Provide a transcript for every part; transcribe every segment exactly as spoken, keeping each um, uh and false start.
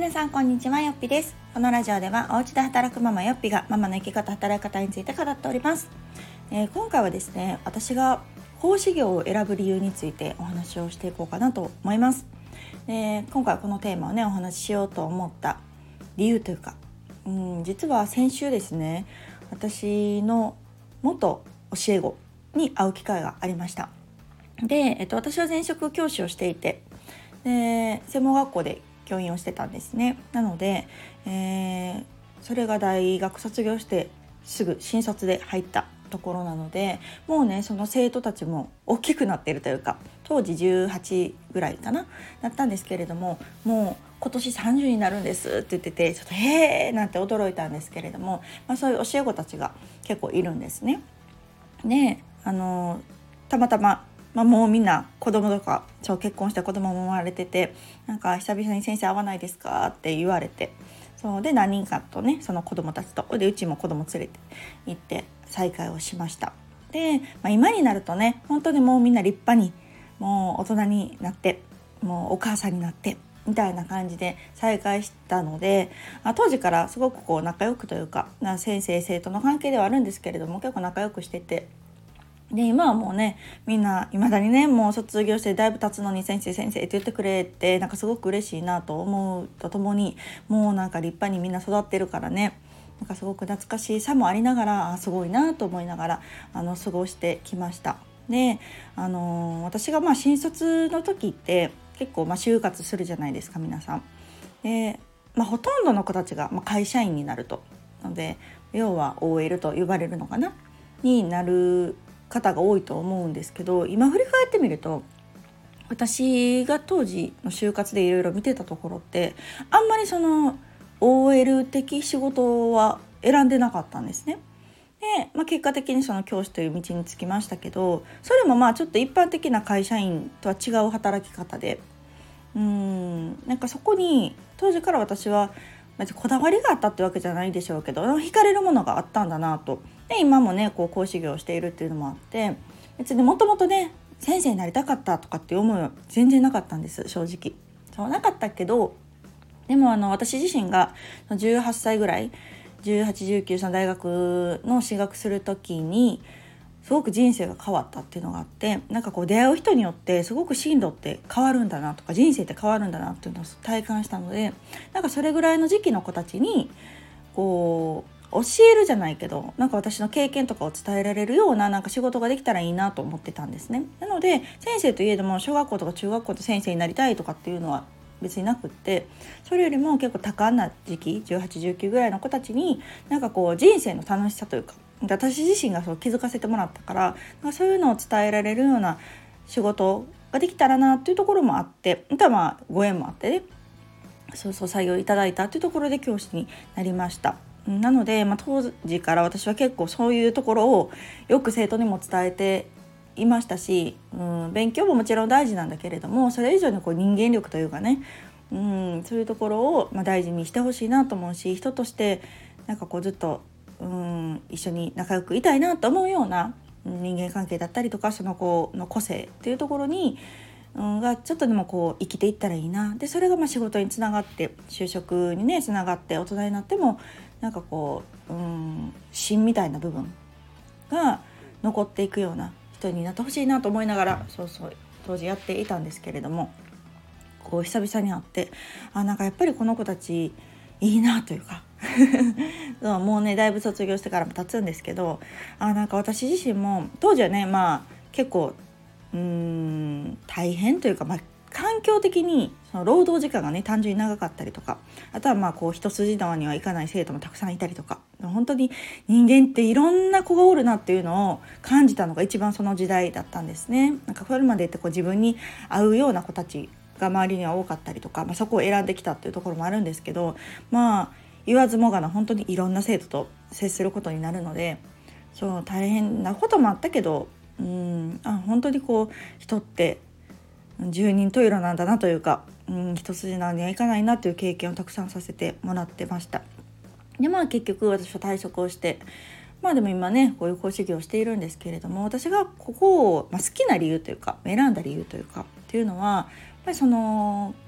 皆さんこんにちは、よっぴです。このラジオではお家で働くママよっぴがママの生き方、働き方について語っております。えー、今回はですね、私が講師業を選ぶ理由についてお話をしていこうかなと思います。で今回このテーマをねお話ししようと思った理由というか、うん、実は先週ですね、私の元教え子に会う機会がありました。で、えっと、私は前職教師をしていて、で専門学校で教員をしてたんですね。なので、えー、それが大学卒業してすぐ新卒で入ったところなので、もうねその生徒たちも大きくなっているというか、当時じゅうはちぐらいかなだったんですけれども、もう今年さんじゅうになるんですって言ってて、ちょっとへーなんて驚いたんですけれども、まあ、そういう教え子たちが結構いるんですね。であのたまたままあ、もうみんな子供とかそう結婚して子供も生まれてて、なんか久々に先生会わないですかって言われて、そうで何人かとねその子供たちとでうちも子供連れて行って再会をしました。で、まあ、今になるとね本当にもうみんな立派にもう大人になって、もうお母さんになってみたいな感じで再会したので、あ当時からすごくこう仲良くというか、先生生徒の関係ではあるんですけれども結構仲良くしてて、で今はもうねみんないまだにねもう卒業してだいぶ経つのに先生先生って言ってくれて、なんかすごく嬉しいなと思うとともに、もうなんか立派にみんな育ってるからね、なんかすごく懐かしさもありながら、あすごいなと思いながらあの過ごしてきました。で、あのー、私がまあ新卒の時って結構まあ就活するじゃないですか皆さん。で、まあ、ほとんどの子たちがまあ会社員になると、ので要は オーエル と呼ばれるのかなになる方が多いと思うんですけど、今振り返ってみると私が当時の就活でいろいろ見てたところって、あんまりその オーエル 的仕事は選んでなかったんですね。で、まあ、結果的にその教師という道につきましたけど、それもまあちょっと一般的な会社員とは違う働き方で、うーんなんかそこに当時から私は別にこだわりがあったってわけじゃないでしょうけど、惹かれるものがあったんだなと。で今もねこう講師業をしているっていうのもあって、別にもともとね先生になりたかったとかっていう思いは全然なかったんです。正直そうなかったけど、でもあの私自身がじゅうはっさいぐらいじゅうはち、じゅうきゅうその大学の進学する時にすごく人生が変わったっていうのがあって、なんかこう出会う人によってすごく進路って変わるんだなとか、人生って変わるんだなっていうのを体感したので、なんかそれぐらいの時期の子たちにこう教えるじゃないけど、なんか私の経験とかを伝えられるようななんか仕事ができたらいいなと思ってたんですね。なので先生といえども小学校とか中学校で先生になりたいとかっていうのは別になくって、それよりも結構多感な時期じゅうはち、じゅうきゅうぐらいの子たちになんかこう人生の楽しさというか、私自身がそう気づかせてもらったから、なんかそういうのを伝えられるような仕事ができたらなっていうところもあって、あとはまあご縁もあってね、そうそう採用いただいたっていうところで教師になりました。なので、まあ、当時から私は結構そういうところをよく生徒にも伝えていましたし、うん、勉強ももちろん大事なんだけれども、それ以上にこう人間力というかね、うん、そういうところをまあ大事にしてほしいなと思うし、人としてなんかこうずっと、うん、一緒に仲良くいたいなと思うような人間関係だったりとか、その子の個性っていうところに、うん、がちょっとでもこう生きていったらいいな。でそれがまあ仕事につながって就職にねつながって、大人になってもなんかこう、うん、芯みたいな部分が残っていくような人になってほしいなと思いながら、そうそう当時やっていたんですけれども、こう久々に会って、あなんかやっぱりこの子たちいいなというかそうもうねだいぶ卒業してからも経つんですけど、あなんか私自身も当時はねまあ結構うーん大変というか、まあ、環境的にその労働時間がね単純に長かったりとか、あとはまあこう一筋縄にはいかない生徒もたくさんいたりとか、本当に人間っていろんな子がおるなっていうのを感じたのが一番その時代だったんですね。なんかこれまでってこう自分に合うような子たちが周りには多かったりとか、まあ、そこを選んできたっていうところもあるんですけど、まあ言わずもがな本当にいろんな生徒と接することになるので、そう大変なこともあったけど、うんあ本当にこう人って十人十色なんだなというか、うん一筋縄にはいかないなという経験をたくさんさせてもらってました。でまあ結局私は退職をして、まあでも今ねこういう講師業をしているんですけれども、私がここを、まあ、好きな理由というか選んだ理由というかっていうのはやっぱりその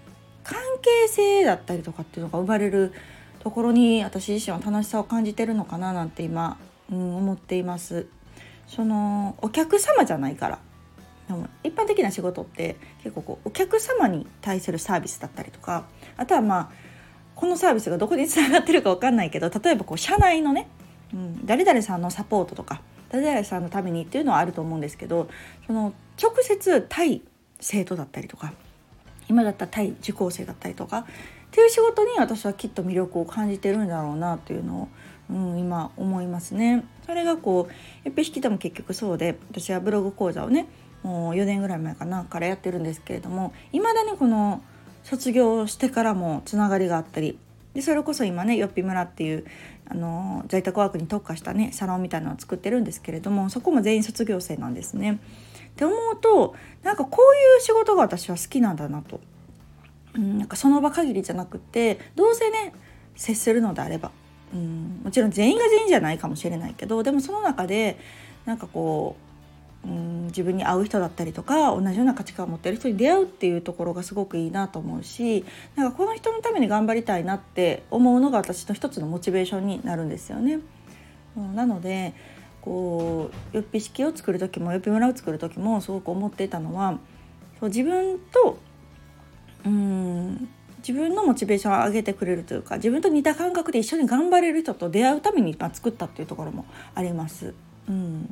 関係性だったりとかっていうのが生まれるところに私自身は楽しさを感じてるのかななんて今、うん、思っています。そのお客様じゃないから、でも一般的な仕事って結構こうお客様に対するサービスだったりとか、あとはまあこのサービスがどこにつながってるか分かんないけど、例えばこう社内のね、うん、誰々さんのサポートとか誰々さんのためにっていうのはあると思うんですけど、その直接対生徒だったりとか、今だったら対受講生だったりとかっていう仕事に私はきっと魅力を感じてるんだろうなっていうのを、うん、今思いますね。それがこうやっぱり引きでも結局そうで、私はブログ講座をねもうよねんぐらい前かなからやってるんですけれども、いまだにこの卒業してからもつながりがあったりで、それこそ今ねよっぴ村っていうあの在宅ワークに特化したねサロンみたいなのを作ってるんですけれども、そこも全員卒業生なんですね。って思うと、なんかこういう仕事が私は好きなんだなと、うん、なんかその場限りじゃなくて、どうせね接するのであれば、うん、もちろん全員が全員じゃないかもしれないけど、でもその中でなんかこう、うん、自分に合う人だったりとか同じような価値観を持っている人に出会うっていうところがすごくいいなと思うし、なんかこの人のために頑張りたいなって思うのが私の一つのモチベーションになるんですよね。うん、なのでこうよっぴ式を作る時もよっぴ村を作る時もすごく思っていたのは、そう自分とうーん自分のモチベーションを上げてくれるというか、自分と似た感覚で一緒に頑張れる人と出会うために、まあ、作ったっていうところもあります。うん、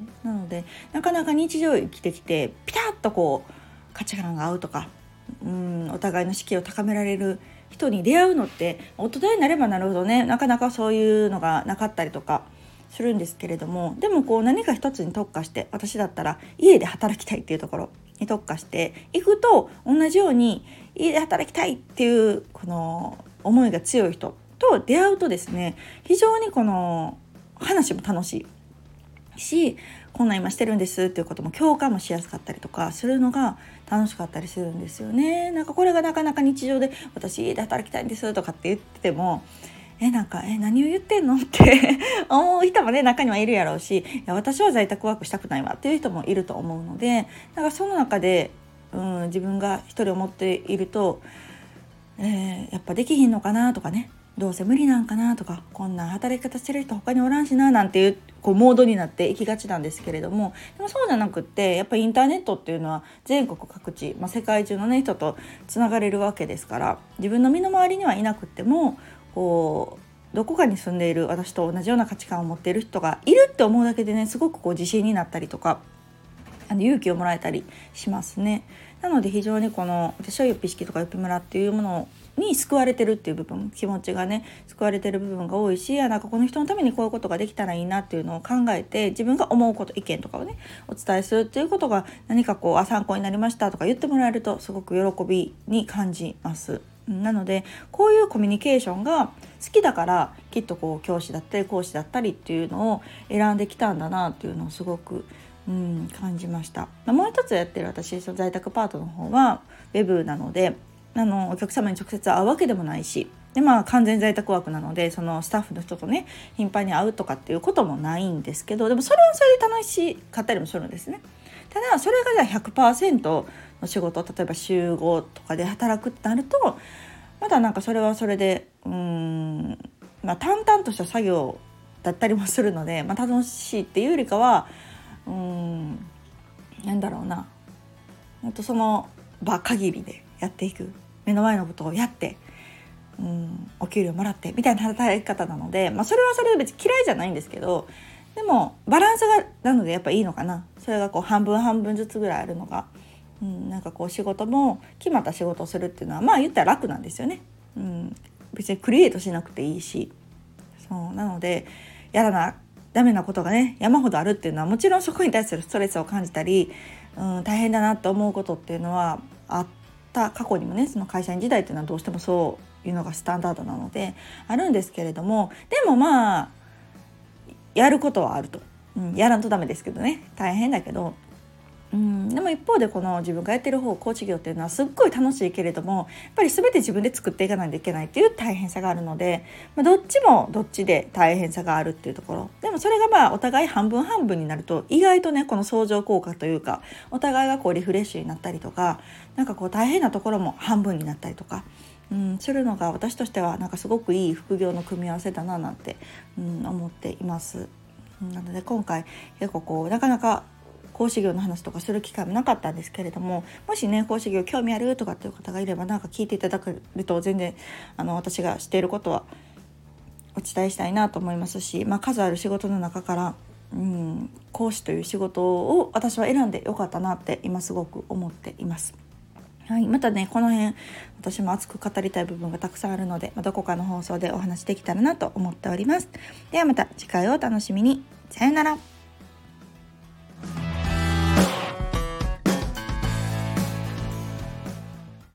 なのでなかなか日常生きてきてピタッとこう価値観が合うとか、うん、お互いの士気を高められる人に出会うのって大人になればなるほどね、なかなかそういうのがなかったりとかするんですけれども、でもこう何か一つに特化して、私だったら家で働きたいっていうところに特化していくと、同じように家で働きたいっていうこの思いが強い人と出会うとですね、非常にこの話も楽しいし、こんなん今してるんですっていうことも共感もしやすかったりとかするのが楽しかったりするんですよね。なんかこれがなかなか日常で私家で働きたいんですとかって言ってても、えなんかえ何を言ってんのって思う人もね中にはいるやろうし、いや私は在宅ワークしたくないわっていう人もいると思うので、なんかその中で、うん、自分が一人思っていると、えー、やっぱできひんのかなとかね、どうせ無理なんかなとか、こんな働き方してる人他におらんしななんていう、こうモードになっていきがちなんですけれども、でもそうじゃなくって、やっぱりインターネットっていうのは全国各地、まあ、世界中の、ね、人とつながれるわけですから、自分の身の回りにはいなくってもこうどこかに住んでいる私と同じような価値観を持っている人がいるって思うだけでね、すごくこう自信になったりとか、あの勇気をもらえたりしますね。なので非常にこの私はよっぴ式とかよっぴ村っていうものに救われてるっていう部分、気持ちがね救われてる部分が多いし、なんかこの人のためにこういうことができたらいいなっていうのを考えて、自分が思うこと、意見とかをねお伝えするっていうことが、何かこうあ参考になりましたとか言ってもらえるとすごく喜びに感じます。なのでこういうコミュニケーションが好きだから、きっとこう教師だったり講師だったりっていうのを選んできたんだなっていうのをすごくうん、感じました。もう一つやってる私その在宅パートの方はウェブなので、あのお客様に直接会うわけでもないし、で、まあ、完全在宅ワークなのでそのスタッフの人とね頻繁に会うとかっていうこともないんですけど、でもそれはそれで楽しかったりもするんですね。ただそれがじゃあ ひゃくパーセント の仕事、例えば週ごとかで働くってなると、まだなんかそれはそれでうーん、まあ、淡々とした作業だったりもするので、まあ、楽しいっていうよりかはうーんなんだろうな、ほんとその場限りでやっていく、目の前のことをやって、うん、お給料もらってみたいな働き方なので、まあ、それはそれで別に嫌いじゃないんですけど、でもバランスがなのでやっぱいいのかな。それがこう半分半分ずつぐらいあるのが、うん、なんかこう仕事も決まった仕事をするっていうのはまあ言ったら楽なんですよね。うん、別にクリエイトしなくていいし、そうなのでやらなダメなことがね山ほどあるっていうのは、もちろんそこに対するストレスを感じたり、うん、大変だなと思うことっていうのはあった過去にもね、その会社員時代っていうのはどうしてもそういうのがスタンダードなのであるんですけれども、でもまあやることはあると、うん、やらんとダメですけどね、大変だけど、うん、でも一方でこの自分がやってる方コーチ業っていうのはすっごい楽しいけれども、やっぱり全て自分で作っていかないといけないっていう大変さがあるので、まあ、どっちもどっちで大変さがあるっていうところでも、それがまあお互い半分半分になると意外とねこの相乗効果というか、お互いがこうリフレッシュになったりとか、なんかこう大変なところも半分になったりとか、 うん、するのが私としてはなんかすごくいい副業の組み合わせだななんて、うん、思っています。なので今回結構こうなかなか講師業の話とかする機会もなかったんですけれども、もしね講師業興味あるとかっていう方がいればなんか聞いていただけると全然あの私がしていることはお伝えしたいなと思いますし、まあ、数ある仕事の中から、うん、講師という仕事を私は選んでよかったなって今すごく思っています。はい、またねこの辺私も熱く語りたい部分がたくさんあるので、まあ、どこかの放送でお話できたらなと思っております。ではまた次回をお楽しみに。さよなら。